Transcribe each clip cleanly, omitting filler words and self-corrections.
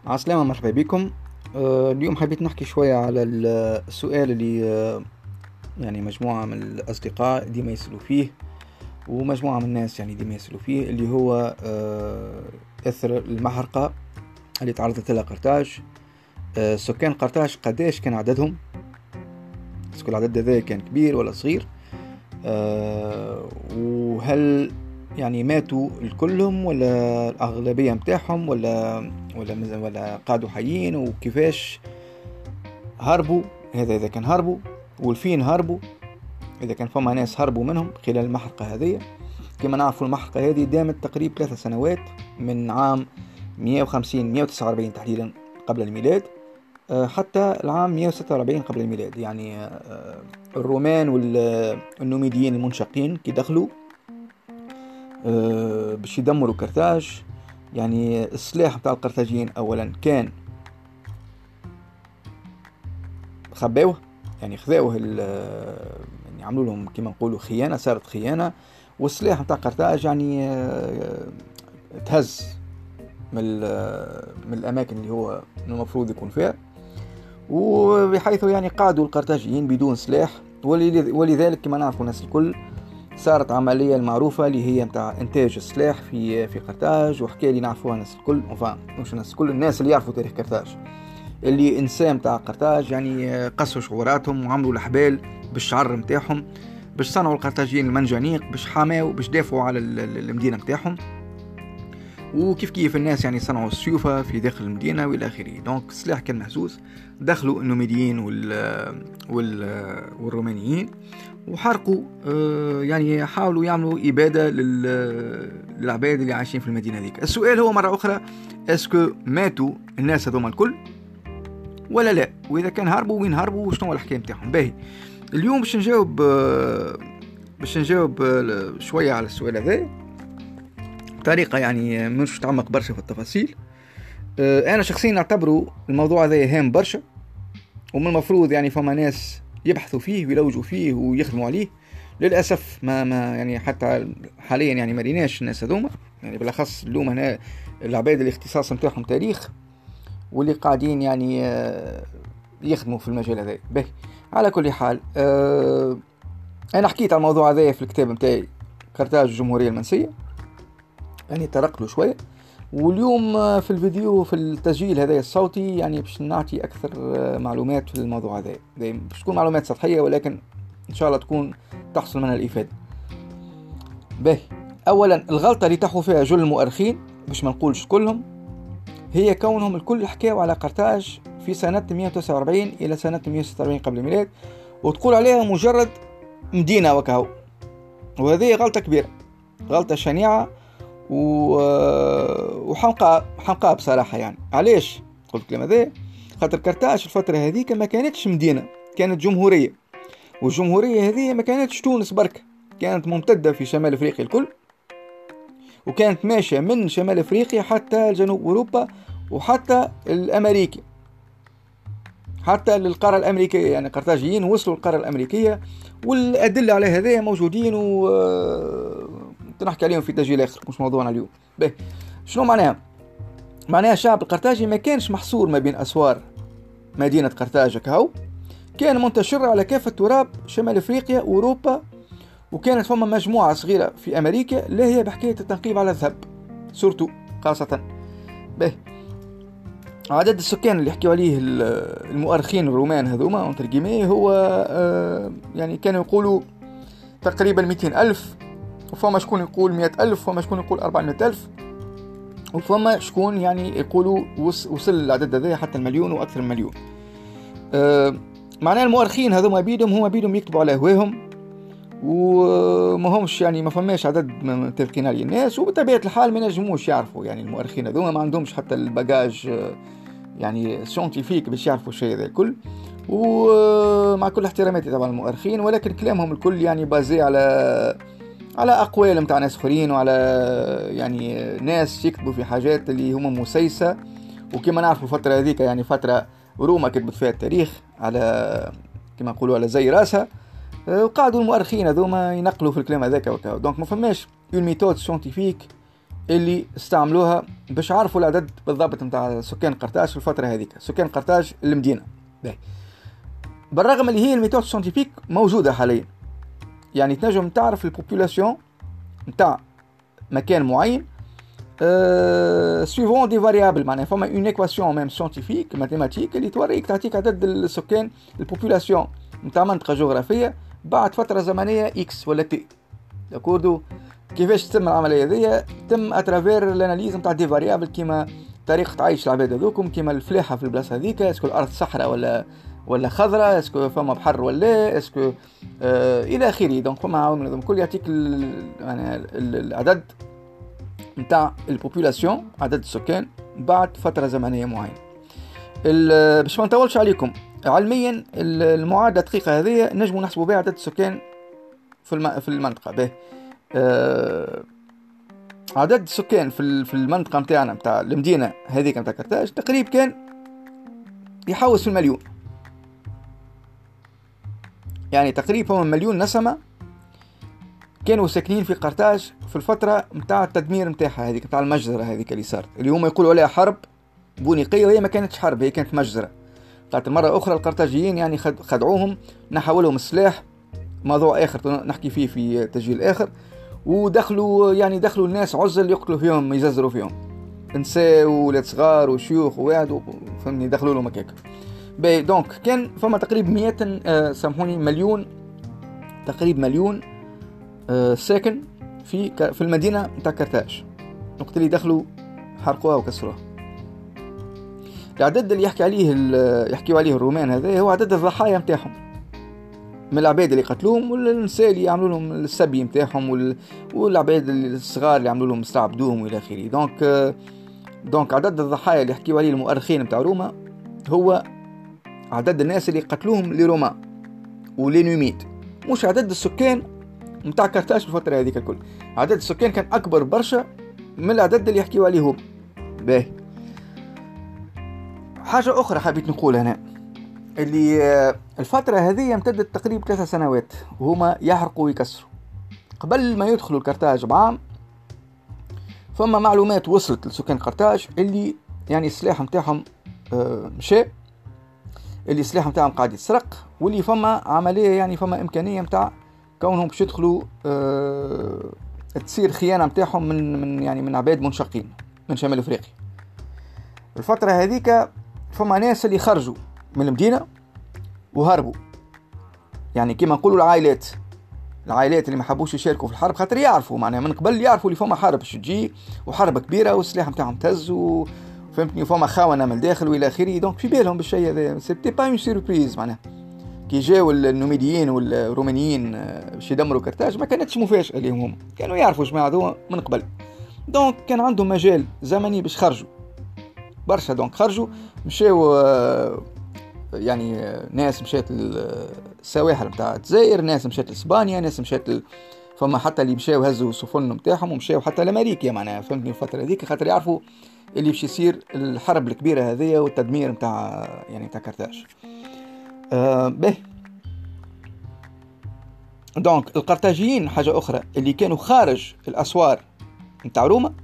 عسلامة، مرحبا بكم. اليوم حبيت نحكي شوية على السؤال اللي يعني مجموعة من الأصدقاء ديما يسألوا فيه، ومجموعة من الناس يعني ديما يسألوا فيه، اللي هو أثر المحرقة اللي تعرضت لها قرطاج. سكان قرطاج قداش كان عددهم؟ اسكو العدد هذا كان كبير ولا صغير؟ وهل يعني ماتوا الكلهم ولا الأغلبية متاعهم ولا قعدوا حيين؟ وكيفاش هربوا؟ هذا إذا كان هربوا، والفين هربوا، إذا كان فما ناس هربوا منهم خلال المحرقة هذه. كما نعرفوا المحرقة هذه دامت تقريبا 3 سنوات، من عام 150-149 تحديدا قبل الميلاد حتى العام 146 قبل الميلاد. يعني الرومان والنوميديين المنشقين كي دخلوا باش يدمروا قرطاج. يعني السلاح متاع القرطاجيين أولا كان خباوه، يعني خذاوه يعني عملوا لهم كما نقولوا خيانة، صارت خيانة. والسلاح متاع قرطاج يعني تهز من الأماكن اللي هو المفروض يكون فيها، وبحيث يعني قادوا القرطاجيين بدون سلاح. ولذلك كما نعرفوا الناس الكل صارت عملية المعروفة اللي هي متاع إنتاج السلاح في قرطاج. وحكاية اللي نعرفوها الناس الكل، مش الناس الكل، الناس اللي يعرفوا تاريخ قرطاج، اللي إنسان متاع قرطاج يعني قصوا شعوراتهم وعملوا الحبال بالشعر متاعهم باش صنعوا القرطاجيين المنجنيق، باش حماوا، باش دافعوا على المدينة متاعهم. وكيف كيف الناس يعني صنعوا السيوفة في داخل المدينة والى آخره. دونك السلاح كان مهزوز. دخلوا النوميديين والرومانيين وحرقوا، يعني حاولوا يعملوا إبادة للعباد اللي عايشين في المدينة ذيك. السؤال هو مرة أخرى، اسكو ماتوا الناس هذوما الكل ولا لا؟ وإذا كان هربوا وين هربوا وشنو هو الحكاية متاعهم؟ باهي، اليوم باش نجاوب شوية على السؤال هذا بطريقة يعني مش تعمق برشا في التفاصيل. أنا شخصيا أعتبره الموضوع هذا هام برشا، ومن المفروض يعني فما ناس يبحثوا فيه ويلوجوا فيه ويخدموا عليه. للأسف ما يعني حتى حاليا يعني ما ليناش الناس هذوما، يعني بالأخص اللوم هنا العباد الاختصاص متاعهم تاريخ واللي قاعدين يعني يخدموا في المجال هذا. باهي، على كل حال أنا حكيت على الموضوع هذا في الكتاب متاعي قرطاج الجمهورية المنسية، يعني طرقت له شوية. واليوم في الفيديو في التسجيل هذا الصوتي يعني باش نعطي أكثر معلومات في الموضوع هذا. باش تكون معلومات سطحية ولكن إن شاء الله تكون تحصل منها الإفادة. باهي، أولا الغلطة اللي تحوا فيها جل المؤرخين، باش ما نقولش كلهم، هي كونهم الكل حكاوا على قرطاج في سنة 149 إلى سنة 146 قبل الميلاد، وتقول عليها مجرد مدينة وكهو. وهذه غلطة كبيرة، غلطة شنيعة وحمقاء بصراحة. يعني علاش قلت الكلام هذا؟ خاطر قرطاج الفترة هذيك ما كانتش مدينة، كانت جمهورية. والجمهورية هذه ما كانتش تونس برك، كانت ممتدة في شمال أفريقيا الكل، وكانت ماشية من شمال أفريقيا حتى جنوب أوروبا وحتى الأمريكي، حتى للقارة الأمريكية. يعني قرطاجيين وصلوا القارة الأمريكية، والأدلة على هذا موجودين نحكي عليهم في تسجيل آخر، مش موضوعنا اليوم. باهي، شنو معناها؟ معناها الشعب القرطاجي ما كانش محصور ما بين أسوار مدينة قرطاج كهو، كان منتشر على كافة تراب شمال أفريقيا وأوروبا، وكانت فما مجموعة صغيرة في أمريكا اللي هي بحكاية التنقيب على الذهب سورتو خاصة. باهي، عدد السكان اللي يحكيوا عليه المؤرخين الرومان هذوما وترجميه هو يعني كانوا يقولوا تقريبا 200,000، وفما شكون يقول 100,000، وفما شكون يقول 400,000، وفما شكون يعني يقولوا وصل العدد هذا حتى المليون وأكثر من مليون. معناه المؤرخين هذوما بيدهم يكتبوا على هواهم، وما همش يعني ما فماش عدد متفقين عليه الناس، وبطبيعة الحال ما نجموش يعرفوا. يعني المؤرخين هذوما ما عندهمش حتى الباجاج يعني سيونتيفيك باش يعرفوا الشيء هذا الكل. ومع كل احتراماتي طبعا المؤرخين، ولكن كلامهم الكل يعني بازي على أقوال متاع ناس آخرين، وعلى يعني ناس يكتبوا في حاجات اللي هم مسيسة. وكما نعرفوا الفترة هذيك يعني فترة روما كتبت فيها التاريخ على كما نقولوا على زي راسها، وقعدوا المؤرخين هذوما ينقلوا في الكلام هذاك وكاو. دونك ما فماش اون ميثود سيونتيفيك اللي استعملوها باش عرفوا العدد بالضبط نتاع سكان قرطاج في الفترة هذيك، سكان قرطاج المدينة. بالرغم اللي هي الميثود سينتيفيك موجودة حاليا، يعني تنجم تعرف البوبولاسيون نتاع مكان معين suivant دي فاريابل، معناها فما اون ايكواسيون ميم سينتيفيك ماتيماتيك اللي توريك تعطيك عدد السكان البوبولاسيون نتاع منطقة جغرافية بعد فترة زمنية اكس ولا تي. داكوردو كيفاش تتم العملية هذيا؟ تم اترافير الاناليز نتاع دي فاريابل كيما طريقة عيش العباد هذوكم، كيما الفلاحة في البلاصة هذيك، اسكو الارض صحراء ولا خضراء، اسكو فما بحر ولا اسكو الى اخره. دونك فما عوامل الكل يعطيك يعني العدد نتاع البوبولاسيون، عدد السكان بعد فترة زمنية معينة. باش ما نطولش عليكم، علميا المعادلة الدقيقة هذه نجموا نحسبوا بها عدد السكان في المنطقة. به عدد السكان في المنطقة متاعنا متاع المدينة هذيك متاع قرطاج تقريبا كان يحوس في المليون، يعني تقريبا مليون نسمة كانوا ساكنين في قرطاج في الفترة متاع التدمير متاعها هذيك، متاع المجزرة هذيك اللي صارت، اللي هم يقولوا عليها حرب بونيقية، وهي ما كانتش حرب، هي كانت مجزرة. قالت مرة أخرى القرطاجيين يعني خدعوهم، نحولهم السلاح، موضوع آخر نحكي فيه في تسجيل آخر، ودخلوا الناس عزل يقتلوا فيهم يززروا فيهم، نساء وولاد صغار وشيوخ وواعد فهمني، دخلوا لهم هكاك. دونك كان فما تقريبا 100 سامحوني مليون، تقريبا مليون ساكن في المدينة متاع قرطاج، وقت اللي دخلوا حرقوها وكسروها. العدد اللي يحكيوا عليه الرومان هذا هو عدد الضحايا متاعهم من العباد اللي قتلوهم، والنساء اللي يعملوا لهم السبي متاعهم، والعباد الصغار اللي يعملوا لهم استعبدوهم والى اخره. دونك عدد الضحايا اللي يحكيوا عليه المؤرخين متاع روما هو عدد الناس اللي قتلوهم لروما ولينوميد، مش عدد السكان متاع قرطاج في الفترة هذيك الكل. عدد السكان كان أكبر برشا من العدد اللي يحكيوا عليهم. باهي، حاجة أخرى حبيت نقول هنا، اللي الفترة هذه امتدت تقريبا 3 سنوات وهما يحرقوا ويكسروا. قبل ما يدخلوا القرطاج بعام فما معلومات وصلت لسكان قرطاج اللي يعني السلاح متاعهم مشى، اللي السلاح متاعهم قاعد يتسرق، واللي فما عملية يعني فما إمكانية متاع كونهم باش يدخلوا تصير خيانة متاعهم من عباد منشقين من شمال افريقيا. الفترة هذيك فما ناس اللي خرجوا من المدينة وهربوا، يعني كما نقولوا العائلات اللي ما حبوش يشاركوا في الحرب، خاطر يعرفوا معناها من قبل، يعرفوا اللي فما حرب باش تجي وحرب كبيرة والسلاح متاعهم تهز فهمتني، وفما خونة من الداخل والى اخره. دونك في بالهم بالشيء هذا، سيتي با اون سيربريز. معناها كي جاو النوميديين والرومانيين باش يدمروا قرطاج ما كانتش مفاجأة لهم، هم كانوا يعرفوا جماعة هذوما من قبل. دونك كان عندهم مجال زمني باش خرجوا برشا. دونك خرجوا، مشاو يعني ناس مشات للسواحل متاع الجزائر، ناس مشات لإسبانيا، ناس مشات فما حتى اللي مشاو هزوا السفن متاعهم ومشاو حتى لأمريكا معناها، فهمتني، الفترة هذيك خاطر يعرفوا اللي باش يصير الحرب الكبيرة هذه والتدمير متاع قرطاج. به دونك القرطاجيين حاجة أخرى اللي كانوا خارج الأسوار متاع روما،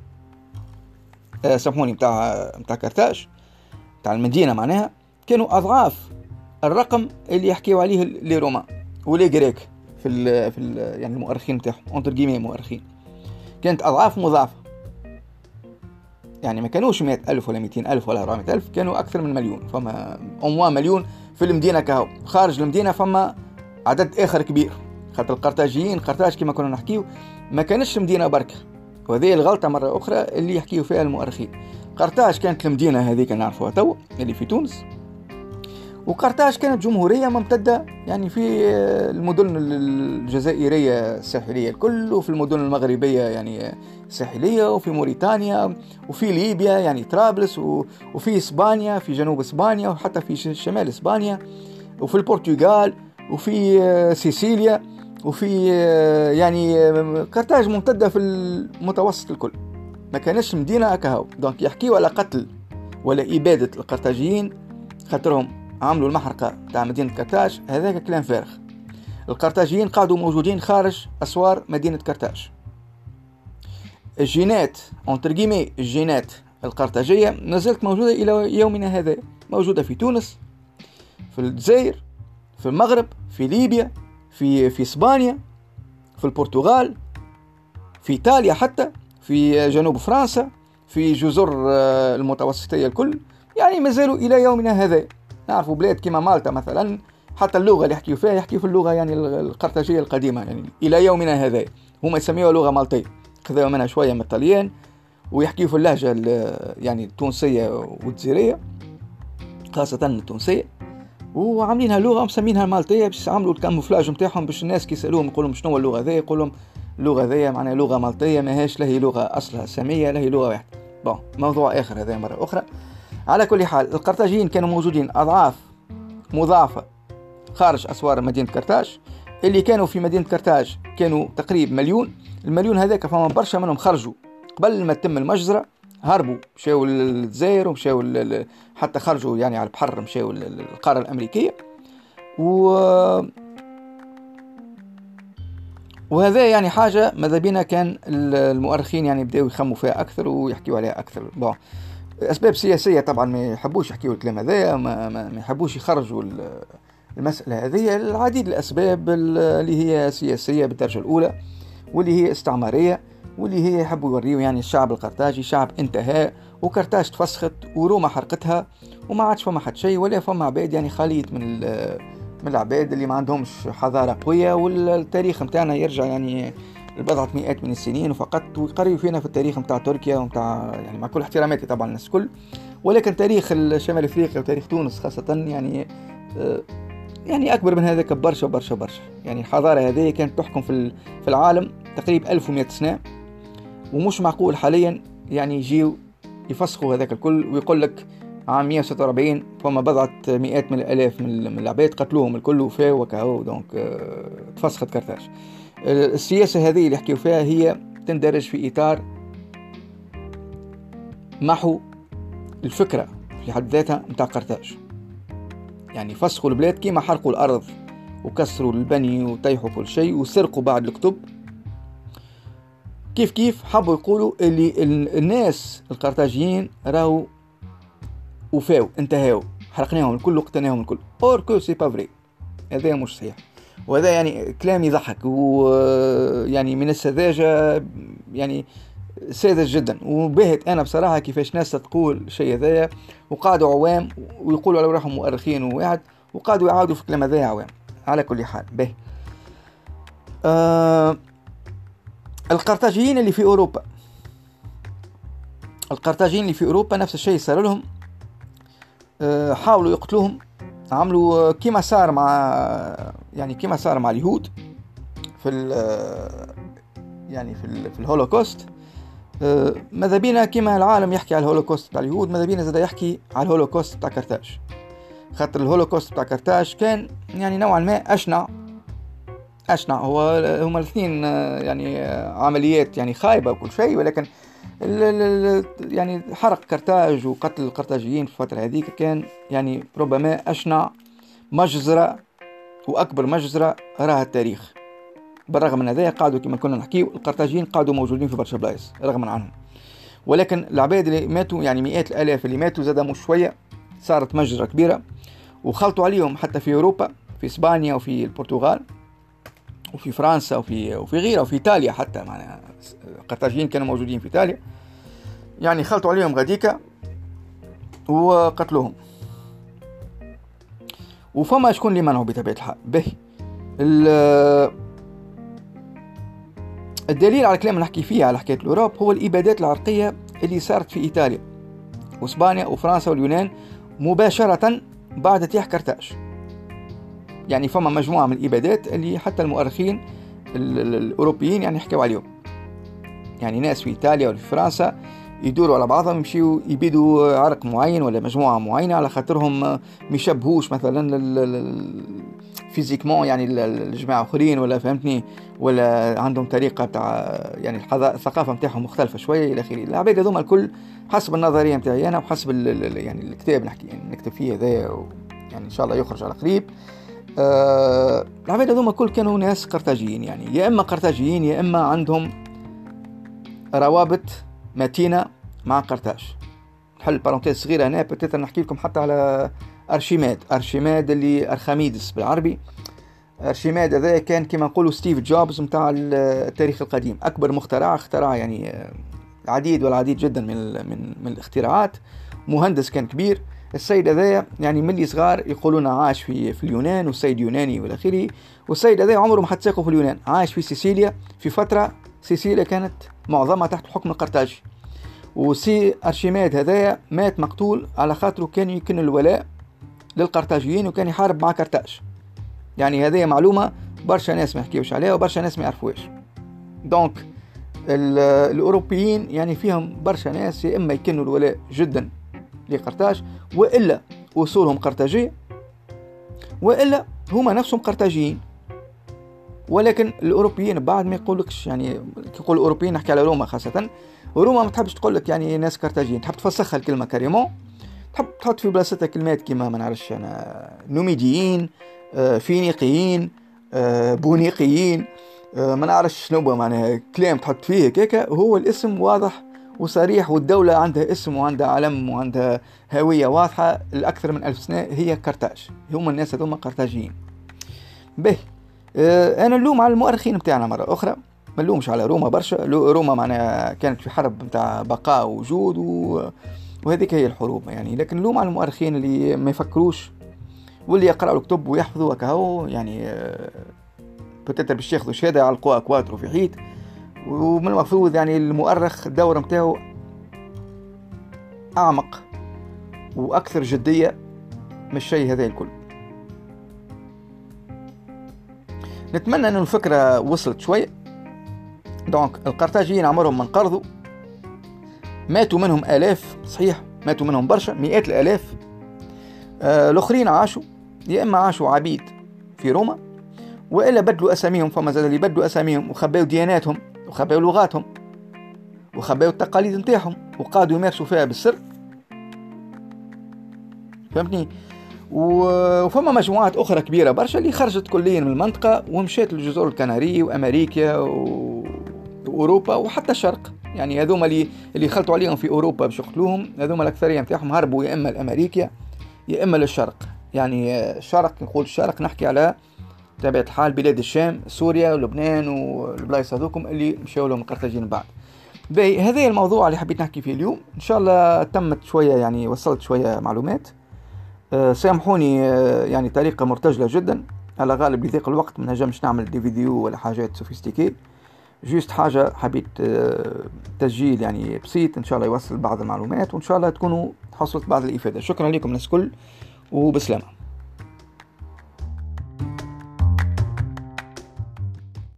سامحوني متاع قرطاج متاع المدينة، معناها كانوا أضعاف الرقم اللي يحكيوا عليه لي روما ولي غريك في يعني المؤرخين متاعهم انتر جيمي مؤرخين، كانت أضعاف مضاعفة. يعني ما كانوش 100,000 ولا 200,000 ولا 400,000، كانوا أكثر من مليون. فما مليون في المدينة كهو، خارج المدينة فما عدد آخر كبير، خاطر القرطاجيين قرطاج كما كنا نحكيو ما كانش مدينة بركة، وهذه الغلطة مرة أخرى اللي يحكيوا فيها المؤرخين. قرطاج كانت المدينة هذيك نعرفوها تو اللي في تونس، وقرطاج كانت جمهورية ممتدة يعني في المدن الجزائرية الساحلية الكل، وفي المدن المغربية يعني الساحلية، وفي موريتانيا، وفي ليبيا يعني طرابلس، وفي إسبانيا في جنوب إسبانيا، وحتى في شمال إسبانيا، وفي البرتغال، وفي سيسيليا، وفي يعني قرطاج ممتدة في المتوسط الكل، ما كانش مدينة كهو. دونك يحكيوا على قتل ولا إبادة القرطاجيين خاطرهم عملوا المحرقة تاع مدينة قرطاج، هذاك كلام فارغ. القرطاجيين قاعدوا موجودين خارج أسوار مدينة قرطاج. الجينات الجينات القرطاجية نزلت موجودة إلى يومنا هذا، موجودة في تونس، في الجزائر، في المغرب، في ليبيا، في إسبانيا، في البرتغال، في إيطاليا، حتى في جنوب فرنسا، في جزر المتوسطية الكل، يعني ما زالوا إلى يومنا هذا. نعرفوا بلاد كما مالطا مثلا، حتى اللغة اللي يحكيوا فيها يحكيوا في اللغة يعني القرطاجية القديمة، يعني إلى يومنا هذا هما يسميوها لغة مالطية، خذوا منها شوية من الطليان ويحكيوا في اللهجة يعني التونسية والجزائرية، خاصة التونسية، وعاملينها لغة مسمينها مالطية باش يعملوا الكاموفلاج نتاعهم، باش الناس كي يسألوهم يقولوا شنو اللغة ذي، يقولوا اللغة ذي معناها لغة مالطية، ماهيش لا هي لغة أصلها سامية، لا هي لغة واحدة. موضوع آخر هذا مرة أخرى. على كل حال القرطاجيين كانوا موجودين أضعاف مضاعفة خارج أسوار مدينة قرطاج. اللي كانوا في مدينة قرطاج كانوا تقريبا مليون. المليون هذاك فما برشا منهم خرجوا قبل ما تتم المجزرة، هربوا مشاو للجزائر ومشاو حتى خرجوا يعني على البحر، مشاو للقارة الأمريكية. وهذا يعني حاجة ماذا بينا كان المؤرخين يعني بدأوا يخموا فيها أكثر ويحكيوا عليها أكثر. أسباب سياسية طبعا ما يحبوش يحكيوا الكلام هذا، ما يحبوش يخرجوا المسألة هذه. العديد الأسباب اللي هي سياسية بالدرجة الأولى، واللي هي استعمارية، واللي هي يحبوا يوريوا يعني الشعب القرطاجي شعب انتهى، وقرطاج تفسخت وروما حرقتها وما عادش فما حد شيء، ولا فما عباد يعني خليط من العباد اللي ما عندهمش حضارة قوية. والتاريخ متاعنا يرجع يعني لبضعة مئات من السنين وفقط، ويقريوا فينا في التاريخ متاع تركيا ومتاع يعني مع كل احتراماتي طبعا الناس الكل، ولكن تاريخ الشمال افريقيا وتاريخ تونس خاصة يعني أكبر من هذا برشا برشا برشا. يعني الحضارة هذه كانت تحكم في العالم تقريبا 1100 سنة، ومش معقول حاليا يعني يجيو يفسخوا هذاك الكل ويقول لك عام 146 فما بضعة مئات من الآلاف من العباد قتلوهم الكل وفاو وكاو. دونك تفسخت قرطاج. السياسة هذه اللي يحكيوا فيها هي تندرج في إطار محو الفكرة في حد ذاتها متاع قرطاج. يعني فسخوا البلاد كيما حرقوا الأرض وكسروا البني وطيحوا كل شيء وسرقوا بعض الكتب، كيف حبوا يقولوا اللي الناس القرطاجيين راهو وفاو انتهاو، حرقناهم الكل وقتناهم الكل. أوركو سي بافري، هذا مش صحيح، وهذا يعني كلام يضحك ويعني من السذاجة، يعني ساذج جدا. وبهت أنا بصراحة كيفاش ناس تقول شيء هذايا وقعدوا عوام ويقولوا على روحهم مؤرخين وواحد وقعدوا يعاودوا في كلام هذايا عوام. على كل حال به القرطاجيين اللي في أوروبا، نفس الشيء صار لهم. حاولوا يقتلوهم، عملوا كما صار مع اليهود في الهولوكوست. ماذا بينا كما العالم يحكي على الهولوكوست بتاع اليهود، ماذا بينا زاد يحكي على الهولوكوست بتاع قرطاج، خاطر الهولوكوست بتاع قرطاج كان يعني نوعا ما أشنع. هما الاثنين يعني عمليات يعني خايبة وكل شيء، ولكن يعني حرق قرطاج وقتل القرطاجيين في الفترة هذيك كان يعني ربما أشنع مجزرة وأكبر مجزرة راها التاريخ. بالرغم من هذا قاعدوا كما كنا نحكي القرطاجيين قاعدوا موجودين في برشا بلايص رغم عنهم، ولكن العباد اللي ماتوا يعني مئات الآلاف اللي ماتوا زاد مش شوية، صارت مجزرة كبيرة وخلطوا عليهم حتى في أوروبا، في إسبانيا وفي البرتغال وفي فرنسا وفي غيرها وفي إيطاليا حتى. معناها القرطاجيين كانوا موجودين في إيطاليا، يعني خلطوا عليهم غاديكا وقتلوهم. وفما شكون اللي منعوا بطبيعة الحال به. الدليل على الكلام اللي نحكي فيه على حكاية الأوروب هو الإبادات العرقية اللي صارت في إيطاليا وإسبانيا وفرنسا واليونان مباشرة بعد تيح قرطاج. يعني فما مجموعة من الإبادات اللي حتى المؤرخين الأوروبيين يعني يحكوا عليهم. يعني ناس في إيطاليا وفي فرنسا يدوروا على بعضهم يمشيوا يبيدوا عرق معين ولا مجموعة معينة على خاطرهم ميشبهوش مثلا فيزيكمون يعني الجماعة آخرين، ولا فهمتني، ولا عندهم طريقة بتاع يعني الثقافة متاعهم مختلفة شوية إلى آخره. العباد هذوما الكل حسب النظرية متاعي أنا وحسب يعني الكتاب نكتب فيه هذا، يعني إن شاء الله يخرج على قريب. العباد هذوما الكل كانوا ناس قرطاجيين، يعني يا إما قرطاجيين يا إما عندهم روابط متينة مع قرطاج. نحل بارونتيز صغيرة هنا، بتقدر نحكي لكم حتى على أرشيماد اللي أرخميدس بالعربي. أرشيماد هذا كان كما نقولوا ستيف جوبز متاع التاريخ القديم، أكبر مخترع، اخترع يعني العديد والعديد جدا من الاختراعات. مهندس كان كبير السيد هذا، يعني ملي صغار يقولون عاش في اليونان، والسيد يوناني والى اخره. والسيد هذا عمره ما حد ساقه في اليونان، عاش في سيسيليا في فترة سيسيليا كانت معظمها تحت حكم القرطاجي. وسي أرشيماد هذا مات مقتول على خاطره كان يكن الولاء للقرطاجيين وكان يحارب مع قرطاج. يعني هذه معلومة برشا ناس ما يحكيوش عليها وبرشا ناس ما يعرفوهاش. دونك الأوروبيين يعني فيهم برشا ناس يا إما يكنوا الولاء جدا لقرطاج، وإلا أصولهم قرطاجية، وإلا هما نفسهم قرطاجيين. ولكن الأوروبيين بعد ما يقولكش، يعني يقول الأوروبيين نحكي على روما خاصة، وروما ما تحبش تقولك يعني ناس قرطاجيين، تحب تفسخها الكلمة كاريمون، تحب تحط في بلاصتها كلمات كيما ما نعرفش أنا نوميديين، فينيقيين، بونيقيين، ما نعرفش شنو معناها كلام تحط فيه كيكا. وهو الاسم واضح وصريح، والدولة عندها اسم وعندها علم وعندها هوية واضحة الأكثر من 1000 سنة، هي قرطاج. هم الناس هذوما قرطاجيين. به أنا نلوم على المؤرخين بتاعنا مرة أخرى، ما نلومش على روما برشا. روما معناها كانت في حرب متاع بقاء ووجود وهذيك هي الحروب يعني. لكن نلوم على المؤرخين اللي ما يفكروش، واللي يقرأوا الكتب ويحفظوا وكهو يعني بتتر باش ياخذوا شهادة على القوا كواترو في حيط. ومن المفروض يعني المؤرخ الدور متاعو أعمق وأكثر جدية من الشيء هذا الكل. نتمنى أن الفكرة وصلت شوي. دونك القرطاجيين عمرهم من قرضوا، ماتوا منهم آلاف، صحيح ماتوا منهم برشا مئات الآلاف. الآخرين عاشوا، يا إما عاشوا عبيد في روما، وإلا بدلوا أساميهم. فما زال اللي بدلوا أساميهم وخباوا دياناتهم وخباوا لغاتهم وخباوا التقاليد نتاعهم وقادوا يمارسوا فيها بالسر، فهمتني. وفما مجموعات أخرى كبيرة برشا اللي خرجت كليا من المنطقة ومشيت للجزر الكنارية وأمريكا وأوروبا وحتى الشرق. يعني هذوما اللي خلطوا عليهم في أوروبا باش يقتلوهم، هذوما الأكثرية نتاعهم هربوا يا إما لأمريكا يا إما للشرق. يعني الشرق، نقول الشرق نحكي على طبيعة الحال بلاد الشام، سوريا ولبنان والبلايص هذوكم اللي مشاو لهم القرطاجيين بعد. باهي، هذا الموضوع اللي حبيت نحكي فيه اليوم. إن شاء الله تمت شوية، يعني وصلت شوية معلومات. سامحوني يعني طريقة مرتجلة جدا، على غالب لضيق الوقت ما نجمش نعمل دي فيديو ولا حاجات سوفيستيكي. جيست حاجة حبيت تسجيل يعني بسيط، إن شاء الله يوصل بعض المعلومات وإن شاء الله تكونوا حصلت بعض الإفادة. شكرا لكم الناس كل، وبسلامة.